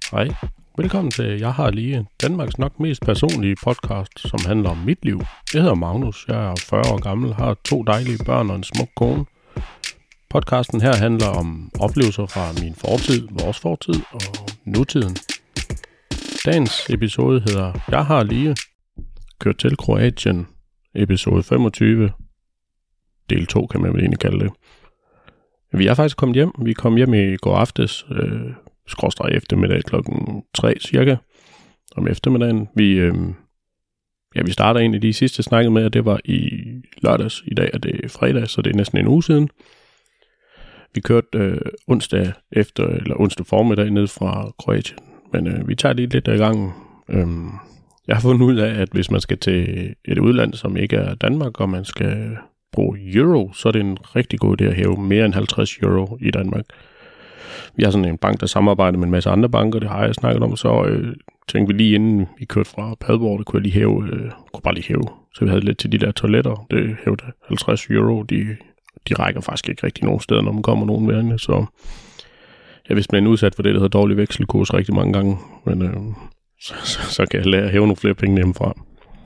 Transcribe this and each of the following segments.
Hej, velkommen til Jeg har lige Danmarks nok mest personlige podcast, som handler om mit liv. Jeg hedder Magnus, jeg er 40 år gammel, har 2 dejlige børn og en smuk kone. Podcasten her handler om oplevelser fra min fortid, vores fortid og nutiden. Dagens episode hedder Jeg har lige kørt til Kroatien, episode 25, del 2 kan man vel egentlig kalde det. Vi er faktisk kommet hjem. Vi kom hjem i går aftes, skråstreg eftermiddag klokken 3 cirka, om eftermiddagen. Vi starter egentlig de sidste snakkede med, at det var i lørdags. I dag er det fredag, så det er næsten en uge siden. Vi kørte onsdag formiddag ned fra Kroatien, men vi tager lige lidt af gangen. Jeg har fundet ud af, at hvis man skal til et udland, som ikke er Danmark, og man skal bruge euro, så er det en rigtig god idé at hæve mere end 50 euro i Danmark. Vi har sådan en bank, der samarbejder med en masse andre banker, det har jeg snakket om, så tænkte vi lige inden vi kørte fra Padborg, kunne jeg bare lige hæve. Så vi havde lidt til de der toiletter, det hævde 50 euro, de rækker faktisk ikke rigtig nogen steder, når man kommer nogen værende, så jeg vidste, man er udsat for det, der hedder dårlig vekselkurs rigtig mange gange, men så kan jeg lære at hæve nogle flere penge hjemmefra.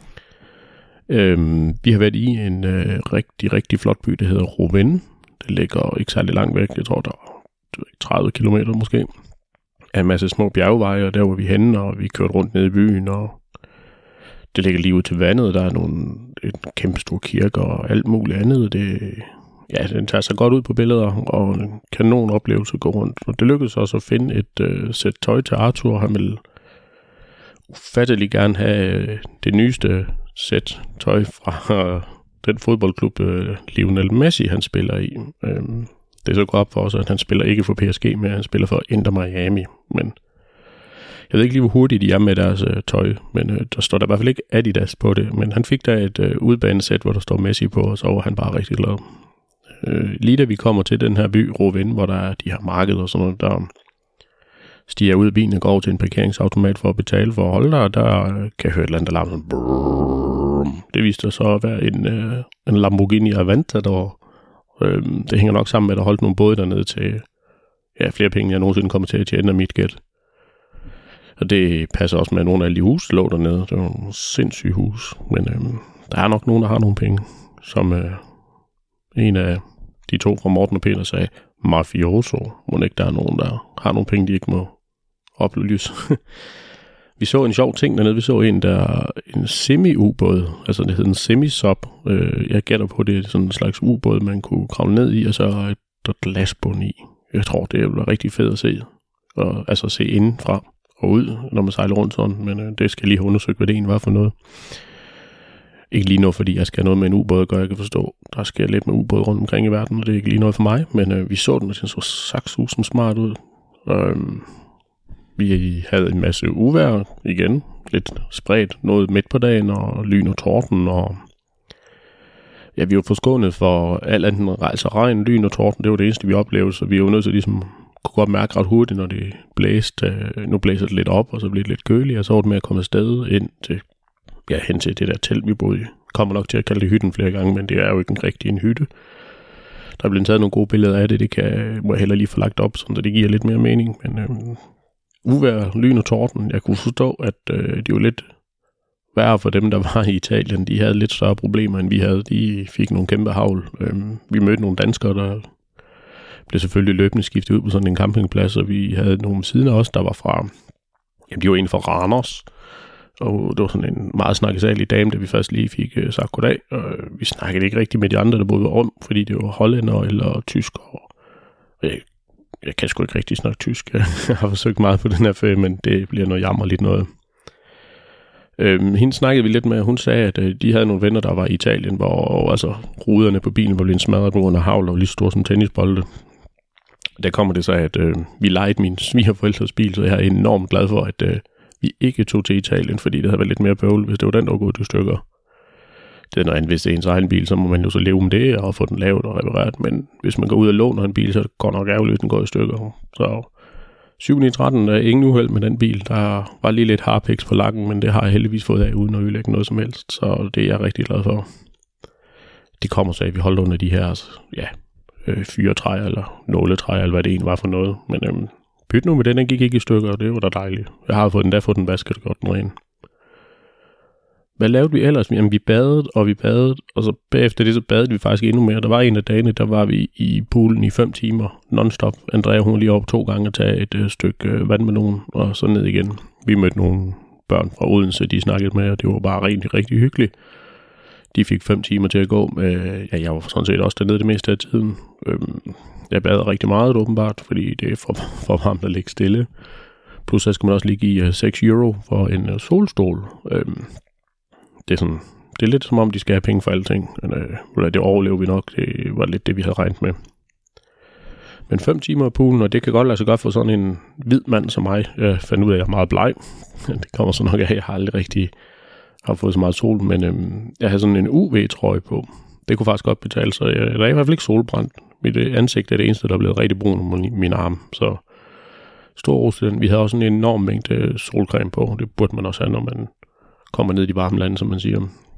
Vi har været i en rigtig, rigtig flot by, der hedder Roven. Det ligger ikke særlig langt væk, jeg tror der er 30 kilometer måske. Af en masse små bjergveje, og der var vi henne, og vi kørte rundt ned i byen, og det ligger lige ud til vandet. Der er en kæmpe stor kirke og alt muligt andet. Den tager sig godt ud på billeder, og en kanon oplevelse at gå rundt. Og det lykkedes også at finde et sæt tøj til Arthur. Han ville ufattelig gerne have det nyeste sæt tøj fra den fodboldklub Lionel Messi, han spiller i. Det er så godt op for os, at han spiller ikke for PSG, men han spiller for Inter Miami. Men jeg ved ikke lige, hvor hurtigt de er med deres tøj, men der står der i hvert fald ikke Adidas på det. Men han fik der et udbanesæt, hvor der står Messi på, og så var han bare rigtig glad. Lige da vi kommer til den her by, Roven, hvor der er de her markeder og sådan noget, der stiger ud af bilen og går over til en parkeringsautomat for at betale for at holde der, og der kan jeg høre et eller andet, der larmer sådan brrrr. Det viste sig så at være en Lamborghini Aventador. Det hænger nok sammen med, at der holdt nogle både dernede til flere penge, jeg nogensinde kommer til at tjene af mit gæt. Og det passer også med nogle af alle de hus, der lå dernede. Det var nogle sindssyge hus. Men der er nok nogen, der har nogle penge. Som en af de to fra Morten og Peter sagde, mafioso. Må ikke der er nogen, der har nogle penge, de ikke må oplyse. Vi så en sjov ting dernede. Vi så en semi-ubåd. Altså det hed en semi-sub. Jeg gætter på, det er sådan en slags ubåd, man kunne kravle ned i, og så et glasbund i. Jeg tror, det er rigtig fedt at se. Og, altså se indenfra og ud, når man sejler rundt sådan. Men det skal jeg lige have undersøgt, hvad det egentlig var for noget. Ikke lige noget, fordi jeg skal have noget med en ubåd at gøre, jeg kan forstå. Der sker lidt med ubåd rundt omkring i verden, og det er ikke lige noget for mig. Men vi så den, og den så saksusen smart ud. Vi havde en masse uvejr igen, lidt spredt, noget midt på dagen, og lyn og torden, og ja, vi var forskånet for alt andet, altså regn, lyn og torden, det var det eneste, vi oplevede, så vi var nødt til ligesom, kunne godt mærke ret hurtigt, når det blæste, nu blæser det lidt op, og så blev det lidt køligt, og så var det med at komme afsted hen til det der telt, vi boede i. Kommer nok til at kalde det hytten flere gange, men det er jo ikke en rigtig en hytte. Der er blevet taget nogle gode billeder af det, må jeg heller lige få lagt op, så det giver lidt mere mening, men uvejr, lyn og torden. Jeg kunne forstå, at det var lidt værre for dem, der var i Italien. De havde lidt større problemer, end vi havde. De fik nogle kæmpe hagl. Vi mødte nogle danskere, der blev selvfølgelig løbende skiftet ud på sådan en campingplads, og vi havde nogle siden af os, der var fra, de var en fra Randers, og det var sådan en meget snakkesalig dame, da vi først lige fik sagt goddag. Vi snakkede ikke rigtig med de andre, der boede om, fordi det var hollændere eller tyskere. Og jeg kan sgu ikke rigtig snakke tysk. Jeg har forsøgt meget på den her ferie, men det bliver noget jammerligt noget. Hende snakkede vi lidt med, hun sagde, at de havde nogle venner, der var i Italien, hvor altså ruderne på bilen var blevet smadret på grund af hagl og lige store som tennisbolde. Der kommer det så, at vi lejede min svigerforældres bil, så jeg er enormt glad for, at vi ikke tog til Italien, fordi det havde været lidt mere bøvl, hvis det var den, der var gået til stykker. Det er noget andet, hvis det er ens egen bil, så må man jo så leve med det og få den lavet og repareret. Men hvis man går ud og låner en bil, så går det nok ærgerligt, den går i stykker. Så 7-13 er ingen uheld med den bil. Der var lige lidt harpiks på lakken, men det har jeg heldigvis fået af, uden at ødelægge noget som helst. Så det er jeg rigtig glad for. De kommer så af, at vi holdt under de her fyretræer eller nåletræer, eller hvad det egentlig var for noget. Men pyt nu med den gik ikke i stykker, og det var da dejligt. Jeg har fået den vasket og gjort den ren. Hvad lavede vi ellers? Jamen, vi badede, og så bagefter det, så badede vi faktisk endnu mere. Der var en af dagene, der var vi i poolen i 5 timer, non-stop. Andrea, hun lige op 2 gange at tage et stykke vandmelon, og så ned igen. Vi mødte nogle børn fra Odense, de snakkede med, og det var bare rigtig, rigtig hyggeligt. De fik 5 timer til at gå. Jeg var sådan set også dernede det meste af tiden. Jeg badede rigtig meget, åbenbart, fordi det er for varmt at ligge stille. Plus så skal man også lige give 6 euro for en solstol. Det er lidt som om, de skal have penge for alting. Men det overlever vi nok. Det var lidt det, vi havde regnet med. Men 5 timer i poolen, og det kan godt lade sig godt for sådan en hvid mand som mig. Jeg fandt ud af, at jeg er meget bleg. Det kommer så nok af, at jeg har aldrig rigtig har fået så meget sol. Men jeg havde sådan en UV-trøje på. Det kunne faktisk godt betale sig. Jeg er i hvert fald ikke solbrændt. Mit ansigt er det eneste, der er blevet rigtig brun på min arm. Så stor ros til den. Vi havde også en enorm mængde solcreme på. Det burde man også have, når man kommer ned i de varme lande, som man siger.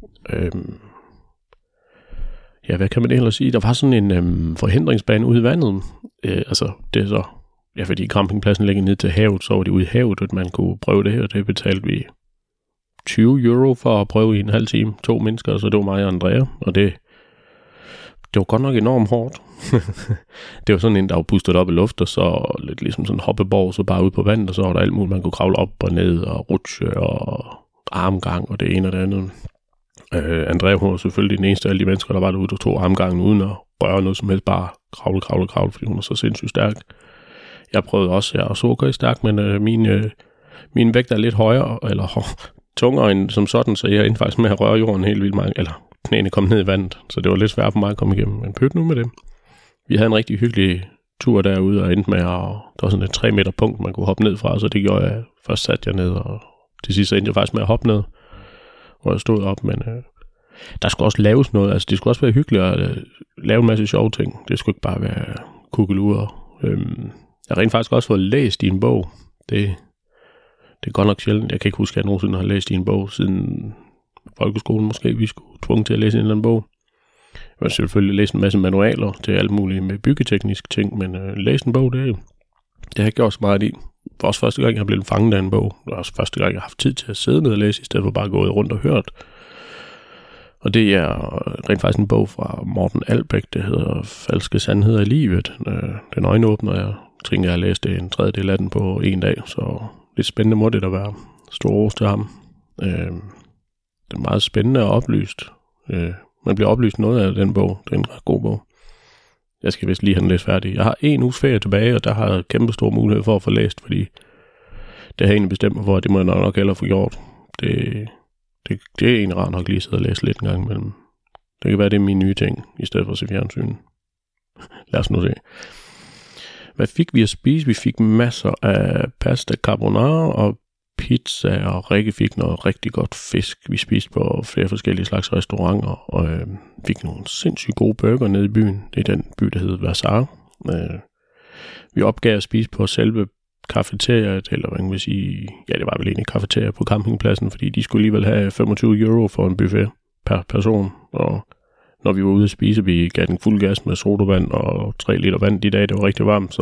Ja, hvad kan man ellers sige? Der var sådan en forhindringsbane ude i vandet. Det er så... Ja, fordi campingpladsen ligger ned til havet, så var det ude i havet, at man kunne prøve det her. Det betalte vi 20 euro for at prøve i en halv time. 2 mennesker, så det var mig og Andrea. Og det var godt nok enormt hårdt. Det var sådan en, der var pustet op i luft, og så lidt ligesom sådan en hoppeborg, så bare ud på vandet, og så var der alt muligt, man kunne kravle op og ned og rutsche og armgang og det ene og det andet. Andrea, hun var selvfølgelig den eneste af alle de mennesker, der var derude, der tog armgangen uden at røre noget som helst, bare kravle, fordi hun er så sindssygt stærk. Jeg prøvede også, jeg er så okay stærk, men min vægt er lidt højere, eller tungere end som sådan, så jeg endte faktisk med at røre jorden helt vildt mange, eller knæene kom ned i vandet, så det var lidt svært for mig at komme igennem, men pyt nu med det. Vi havde en rigtig hyggelig tur derude, og endte med at der var sådan et 3 meter punkt, man kunne hoppe ned fra, så det gjorde jeg. Først satte jeg ned, og til sidst endte jeg faktisk med at hoppe ned, hvor jeg stod op, men der skulle også laves noget, altså det skulle også være hyggeligt at lave en masse sjove ting. Det skulle ikke bare være kukkelurer. Jeg har rent faktisk også fået læst i en bog. Det er godt nok sjældent. Jeg kan ikke huske, at jeg nogensinde har læst i en bog siden folkeskolen måske. Vi skulle tvunget til at læse en eller anden bog. Jeg har selvfølgelig læst en masse manualer til alt muligt med byggetekniske ting, men læse en bog, det har jeg gjort så meget i. Det var også første gang, jeg blev fanget af en bog. Det var også første gang, jeg har haft tid til at sidde ned og læse, i stedet for bare gået rundt og hørt. Og det er rent faktisk en bog fra Morten Albæk, der hedder Falske Sandheder i livet. Den øjenåbner, jeg tænker, jeg har læst en tredjedel af den på en dag, så lidt spændende må det da være. Stor ros til ham. Det er meget spændende og oplyst. Man bliver oplyst noget af den bog. Det er en ret god bog. Jeg skal vist lige have den læst færdig. Jeg har 1 uges ferie tilbage, og der har jeg kæmpe stor mulighed for at få læst, fordi det har jeg egentlig bestemt mig for, at det må jeg nok hellere få gjort. Det er egentlig rart nok lige sidde og læse lidt en gang imellem. Det kan være, det er mine nye ting, i stedet for at se fjernsyn. Lad os nu se. Hvad fik vi at spise? Vi fik masser af pasta carbonara og pizza, og Rikke fik noget rigtig godt fisk. Vi spiste på flere forskellige slags restauranter, og fik nogle sindssygt gode burger nede i byen. Det er den by, der hedder Vassar. Vi opgav at spise på selve kafeteriet, eller hvad man vil sige, ja, det var vel egentlig kafeteria på campingpladsen, fordi de skulle alligevel have 25 euro for en buffet per person, og når vi var ude at spise, vi gav den fuld gas med sodavand og 3 liter vand de dage, det var rigtig varmt,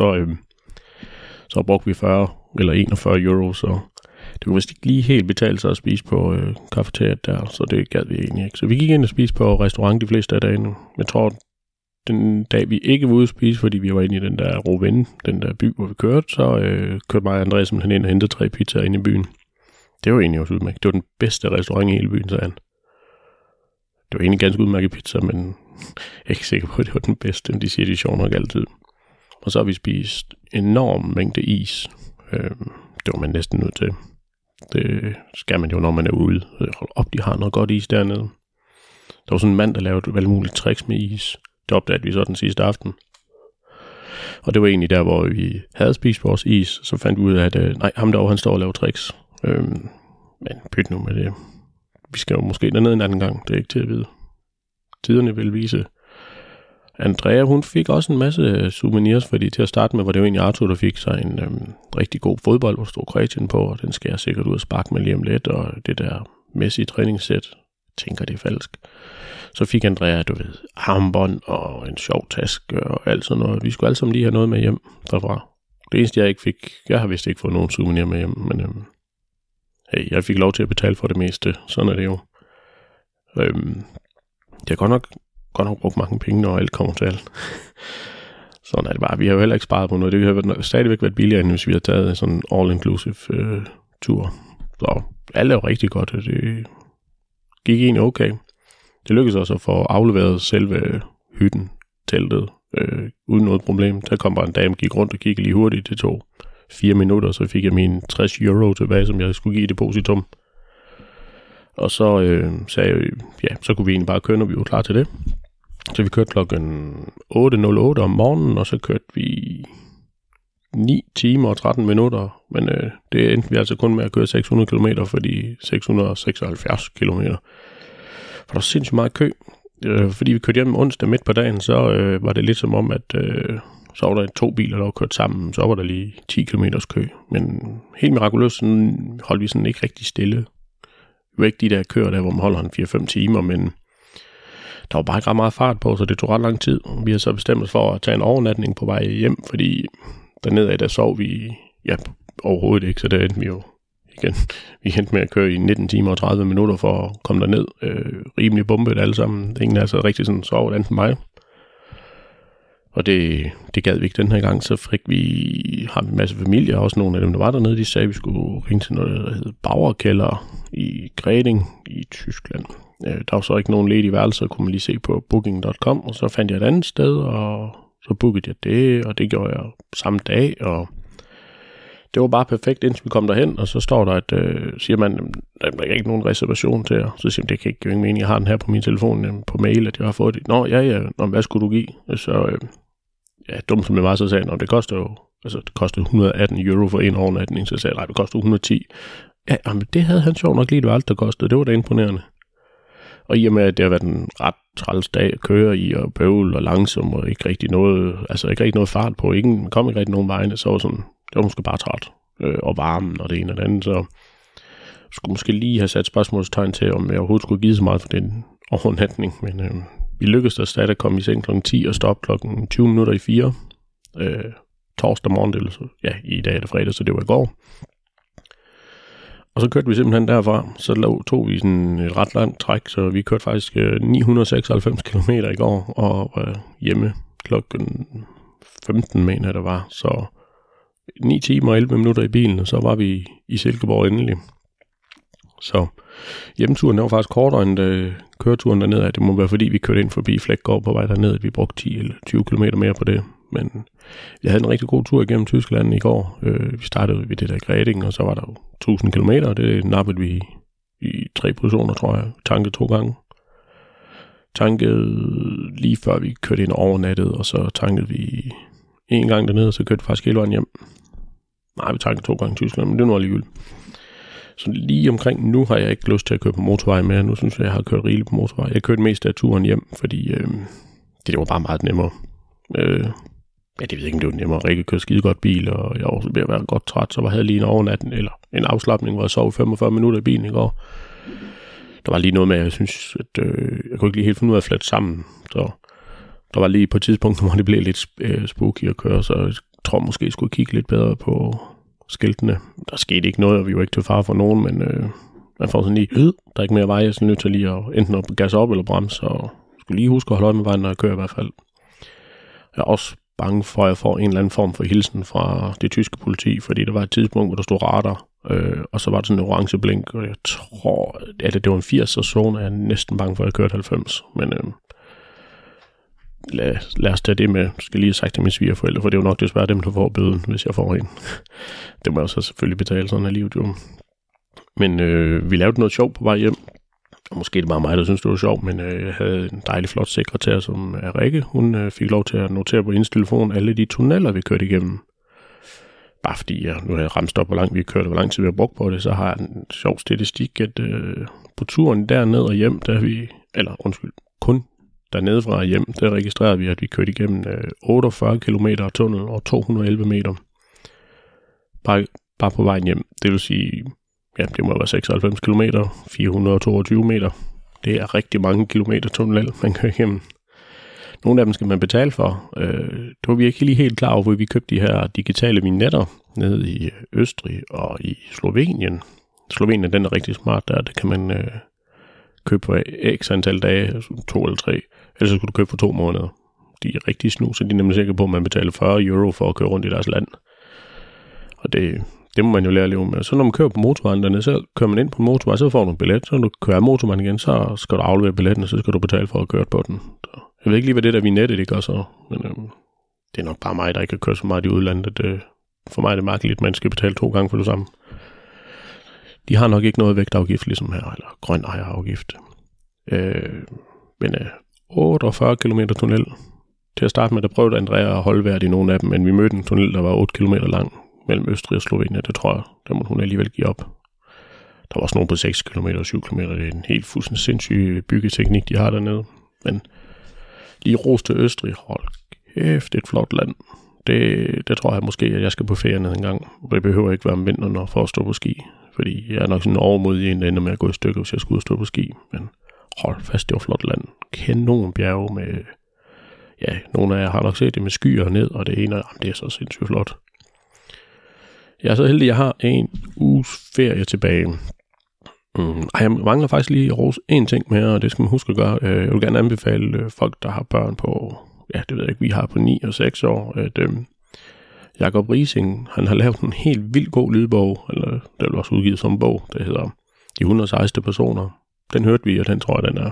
så brugte vi 40 eller 41 euro, så det kunne vist ikke lige helt betale sig at spise på kafeteriet der, så det gad vi egentlig ikke. Så vi gik ind og spiste på restaurant de fleste af dagene. Jeg tror, den dag vi ikke var ude at spise, fordi vi var inde i den der Roven, den der by, hvor vi kørte, så kørte mig og Andreas simpelthen ind og hentede 3 pizzaer inde i byen. Det var egentlig også udmærket. Det var den bedste restaurant i hele byen, sagde han. Det var egentlig ganske udmærket pizza, men jeg er ikke sikker på, at det var den bedste. De siger, de er sjov nok altid. Og så har vi spist enorm mængde is. Det var man næsten nødt til. Det skal man jo, når man er ude. Hold op, de har noget godt is dernede. Der var sådan en mand, der lavede alle mulige tricks med is. Det opdagede vi så den sidste aften. Og det var egentlig der, hvor vi havde spist vores is. Så fandt vi ud af, at nej, ham derovre, han står og laver tricks. Men pyt nu med det. Vi skal jo måske dernede en anden gang. Det er ikke til at vide. Tiderne vil vise. Andrea, hun fik også en masse souvenirs, fordi til at starte med, var det jo egentlig Arthur, der fik sig en rigtig god fodbold, hvor stod Kroatien på, og den skal jeg sikkert ud og sparke med lige om lidt, og det der Messi træningssæt, tænker det er falsk. Så fik Andrea, du ved, armbånd og en sjov taske og alt sådan noget. Vi skulle alle sammen lige have noget med hjem derfra. Det eneste, jeg ikke fik, jeg har vist ikke fået nogen souvenir med hjem, men hey, jeg fik lov til at betale for det meste. Sådan er det jo. Jeg har godt nok brugt mange penge, når alt kommer til alt. Sådan er det bare. Vi har jo heller ikke sparet på noget. Det har stadigvæk været billigere, end hvis vi har taget sådan en all-inclusive tur. Så alt er jo rigtig godt. Det gik egentlig okay. Det lykkedes også at få afleveret selve hytten, teltet, uden noget problem. Der kom bare en dame, gik rundt og kiggede lige hurtigt. Det tog 4 minutter, så fik jeg mine 60 euro tilbage, som jeg skulle give i depositum. Og så sagde jeg, ja, så kunne vi egentlig bare køre, når vi var klar til det. Så vi kørte klokken 8.08 om morgenen, og så kørte vi 9 timer og 13 minutter. Men det endte vi altså kun med at køre 600 km for de 676 km. For der var sindssygt meget kø. Fordi vi kørte hjem onsdag midt på dagen, så var det lidt som om, at så var der 2 biler, der var kørt sammen. Så var der lige 10 km kø. Men helt mirakuløst holdt vi sådan ikke rigtig stille. Det var ikke de der køer der, hvor man holder en 4-5 timer, men der var bare ikke ret meget fart på, så det tog ret lang tid. Vi har så bestemt os for at tage en overnatning på vej hjem, fordi dernede af, der sov vi overhovedet ikke, så der endte vi jo igen. Vi endte med at køre i 19 timer og 30 minutter for at komme derned. Rimelig bumpet alle sammen. Ingen er så rigtig sådan sovet andet end mig. Og det gad vi ikke den her gang. Så fik vi en masse familier, også nogle af dem, der var dernede. De sagde, at vi skulle ringe til noget, der hed Bauerkeller i Greding i Tyskland. Der var så ikke nogen ledige værelser, kunne man lige se på booking.com, og så fandt jeg et andet sted, og så bookede jeg det, og det gjorde jeg samme dag, og det var bare perfekt, indtil vi kom derhen, og så står der, at siger man, der er ikke nogen reservation til jer. Så siger man, det kan ikke give ingen mening, jeg har den her på min telefon, på mail, at jeg har fået det. Nå, ja, hvad skulle du give? Så dumt som det var, så sagde jeg, det koster jo, altså det kostede 118 euro for en overnatning, så sagde jeg, nej, det koster 110. Ja, men det havde han sjovt nok lige, det var alt, der kostede, det var da imponerende. Og i og med, at det har været en ret træls dag at køre i, og bøvl og langsom, og ikke rigtig noget fart på, kom ikke rigtig nogen vegne, så var sådan, det var måske bare træt, og varmen og det ene og det andet, så skulle måske lige have sat spørgsmålstegn til, om jeg overhovedet skulle give så meget for den overnatning, men vi lykkedes der stadig at komme i seng kl. 10 og stoppe klokken 20 minutter i 4, torsdag morgen, det ja, i dag er det fredag, så det var i går. Og så kørte vi simpelthen derfra, så tog vi sådan et ret langt træk, så vi kørte faktisk 996 km i går, og var hjemme klokken 15, mener jeg, der var. Så 9 timer og 11 minutter i bilen, og så var vi i Silkeborg endelig. Så hjemmeturen var faktisk kortere end køreturen dernede. Det må være fordi, vi kørte ind forbi Flækgaard på vej derned, at vi brugte 10 eller 20 km mere på det. Men jeg havde en rigtig god tur igennem Tyskland i går. Vi startede ved det der Greding, og så var der jo 1000 km, og det nappede vi i 3 positioner, tror jeg. Tankede 2 gange. Tankede lige før vi kørte ind overnattet, og så tankede vi 1 gang dernede, og så kørte vi faktisk hele vejen hjem. Nej, vi tankede 2 gange i Tyskland, men det var alligevel. Så lige omkring nu har jeg ikke lyst til at køre på motorvej mere. Nu synes jeg har kørt rigeligt på motorvej. Jeg kørte mest af turen hjem, fordi det var bare meget nemmere. Jeg ved ikke, om det var nemmere. Rikke kørte skide godt bil, og jeg var også ved at være godt træt, så jeg havde lige en overnatning, eller en afslapning, hvor jeg sov 45 minutter i bilen i går. Der var lige noget med, at jeg synes, at jeg kunne ikke lige helt finde ud af at flette sammen. Så der var lige på et tidspunkt, hvor det blev lidt spooky at køre, så jeg tror måske, jeg skulle kigge lidt bedre på skiltene. Der skete ikke noget, og vi var ikke til fare for nogen, men man får sådan lige, der er ikke mere vej, jeg er sådan nødt til lige at enten at gasse op eller bremse, og skulle lige huske at holde øje med vejen, når jeg kører i hvert fald. Jeg er også bange for, at jeg får en eller anden form for hilsen fra det tyske politi, fordi der var et tidspunkt, hvor der stod radar, og så var der sådan en orange blink, og jeg tror, at det var en 80'er zone, jeg er næsten bange for, at jeg kørte 90, men lad os tage det med. Jeg skal lige have sagt til mine svigerforældre, for det er jo nok desværre dem, der får bøden, hvis jeg får en. Det må jeg så selvfølgelig betale sådan af livet, jo. Men vi lavede noget sjovt på vej hjem. Og måske det var mig, der synes det var sjovt, men jeg havde en dejlig flot sekretær, som er Rikke. Hun fik lov til at notere på hendes telefon alle de tunneller, vi kørte igennem. Bare fordi nu har jeg ramst op, hvor langt vi kørte, hvor lang tid vi har brugt på det, så har jeg en sjov statistik, at på turen derned og hjem, kun dernede fra hjem, der registrerede vi, at vi kørte igennem 48 km tunnel og 211 meter. Bare på vejen hjem. Det vil sige, ja, det må være 96 km, 422 meter. Det er rigtig mange kilometer tunnel, man kører igennem. Nogle af dem skal man betale for. Det var vi ikke lige helt klar over, hvor vi købte de her digitale vignetter nede i Østrig og i Slovenien. Slovenien, den er rigtig smart der. Det kan man købe på x antal dage, 2 eller 3. Ellers så skulle du købe for 2 måneder. De er rigtig snu, så de er nemlig sikre på, at man betaler 40 euro for at køre rundt i deres land. Og det må man jo lære at leve med. Så når man kører på motorvejen dernede, så kører man ind på motorvejen, så får du en billet. Så når du kører af motorvejen igen, så skal du aflevere billetten, og så skal du betale for at køre på den. Så jeg ved ikke lige, hvad det der vignette, det gør så. Men det er nok bare mig, der ikke kan køre så meget i udlandet. For mig er det mærkeligt, at man skal betale 2 gange for det samme. De har nok ikke noget vægtafgift ligesom her, eller grøn ejerafgift. Men 48 km tunnel. Til at starte med, der prøvede Andrea at holde vejret i nogle af dem, men vi mødte en tunnel, der var 8 km lang mellem Østrig og Slovenien. Det tror jeg, der må hun alligevel give op. Der var også nogen på 6 km og 7 km. Det er en helt fuldstændig sindssyg byggeteknik, de har dernede. Men lige ros til Østrig. Hold kæft, et flot land. Det tror jeg måske, at jeg skal på ferie ned en gang. Det behøver ikke være om vinteren for at stå på ski. Fordi jeg er nok sådan overmodig en, der ender med at gå i stykker, hvis jeg skulle stå på ski. Men hold fast, det var flot land. Kanon bjerge med... Ja, nogle af jer har nok set det med skyer ned, og det ene, det er så sindssygt flot. Jeg er så heldig, at jeg har en uges ferie tilbage. Jeg mangler faktisk lige at rose en ting mere, og det skal man huske at gøre. Jeg vil gerne anbefale folk, der har børn på, ja, det ved jeg ikke, vi har på 9 og 6 år, at Jakob Riising, han har lavet en helt vildt god lydbog, eller det er også udgivet som en bog, der hedder De 116 personer. Den hørte vi, og den tror jeg, den er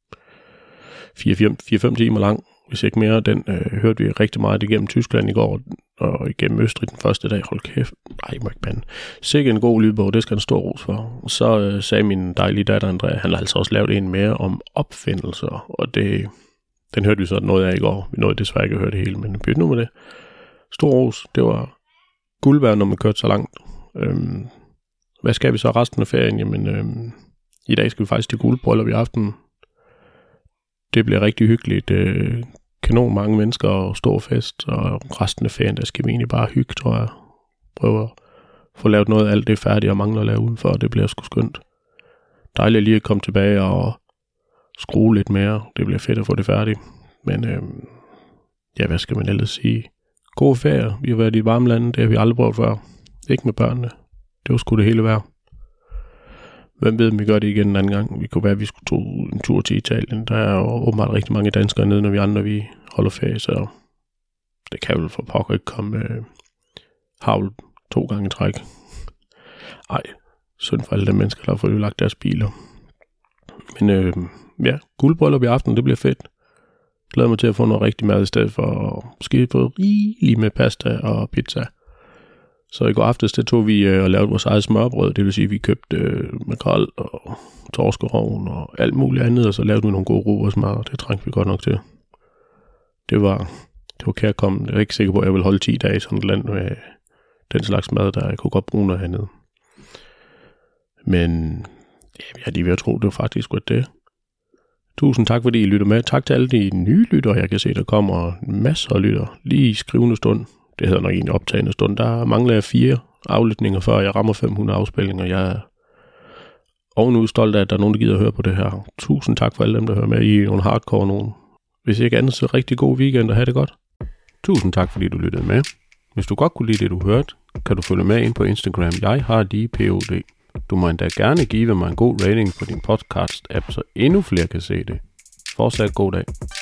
4-5 timer lang. Hvis ikke mere, den hørte vi rigtig meget igennem Tyskland i går, og igennem Østrig den første dag. Hold kæft, nej, må ikke bande. Sikke en god lydbog, det skal en stor ros for. Så sagde min dejlige datter Andrea, han har altså også lavet en mere om opfindelser, og den hørte vi så noget af i går. Vi nåede desværre ikke at høre det hele, men bytte nu med det. Stor ros, det var guld værd, når man kørte så langt. Hvad skal vi så resten af ferien? Jamen, i dag skal vi faktisk til guldbryllup i aften. Det bliver rigtig hyggeligt. Kanon mange mennesker og stor fest, og resten af ferien, der skal vi egentlig bare hygge, tror jeg. Prøve at få lavet noget af alt det færdigt, og mangler at lave udenfor, og det bliver sgu skønt. Dejligt lige at komme tilbage og skrue lidt mere. Det bliver fedt at få det færdigt. Men ja, hvad skal man ellers sige? God ferie. Vi har været i varme lande, det har vi aldrig prøvet før. Ikke med børnene. Det var sgu det hele værd. Hvem ved, om vi gør det igen en anden gang. Vi kunne være, at vi skulle tage en tur til Italien. Der er jo åbenbart rigtig mange danskere nede, når vi andre vi holder ferie, så det kan vel for pokker ikke komme havl 2 gange i træk. Ej, synd for alle de mennesker, der har fået ødelagt deres biler. Men ja, guldbryllup i aften, det bliver fedt. Glæder mig til at få noget rigtig mad i stedet for måske få rigeligt med pasta og pizza. Så i går aftes, det tog vi og lavede vores eget smørbrød. Det vil sige, at vi købte makrel og torskerovn og alt muligt andet. Og så lavede vi nogle gode rugbrødsmad, og det trængte vi godt nok til. Det var kærkommen. Jeg er ikke sikker på, at jeg vil holde 10 dage i sådan et land med den slags mad, der jeg kunne godt bruge noget hernede. Men jeg er lige ved at tro, det var faktisk godt det. Tusind tak, fordi I lytter med. Tak til alle de nye lyttere. Jeg kan se, der kommer masser af lyttere lige i skrivende stund. Det hedder nok egentlig optagende stund. Der mangler jeg 4 aflytninger, før jeg rammer 500 afspilninger. Jeg er ovenud stolt af, at der er nogen, der gider at høre på det her. Tusind tak for alle dem, der hører med. I nogle hardcore nogen. Hvis ikke andet, så rigtig god weekend og have det godt. Tusind tak, fordi du lyttede med. Hvis du godt kunne lide det, du hørte, kan du følge med ind på Instagram. Jeg har lige POD. Du må endda gerne give mig en god rating på din podcast-app, så endnu flere kan se det. Fortsat god dag.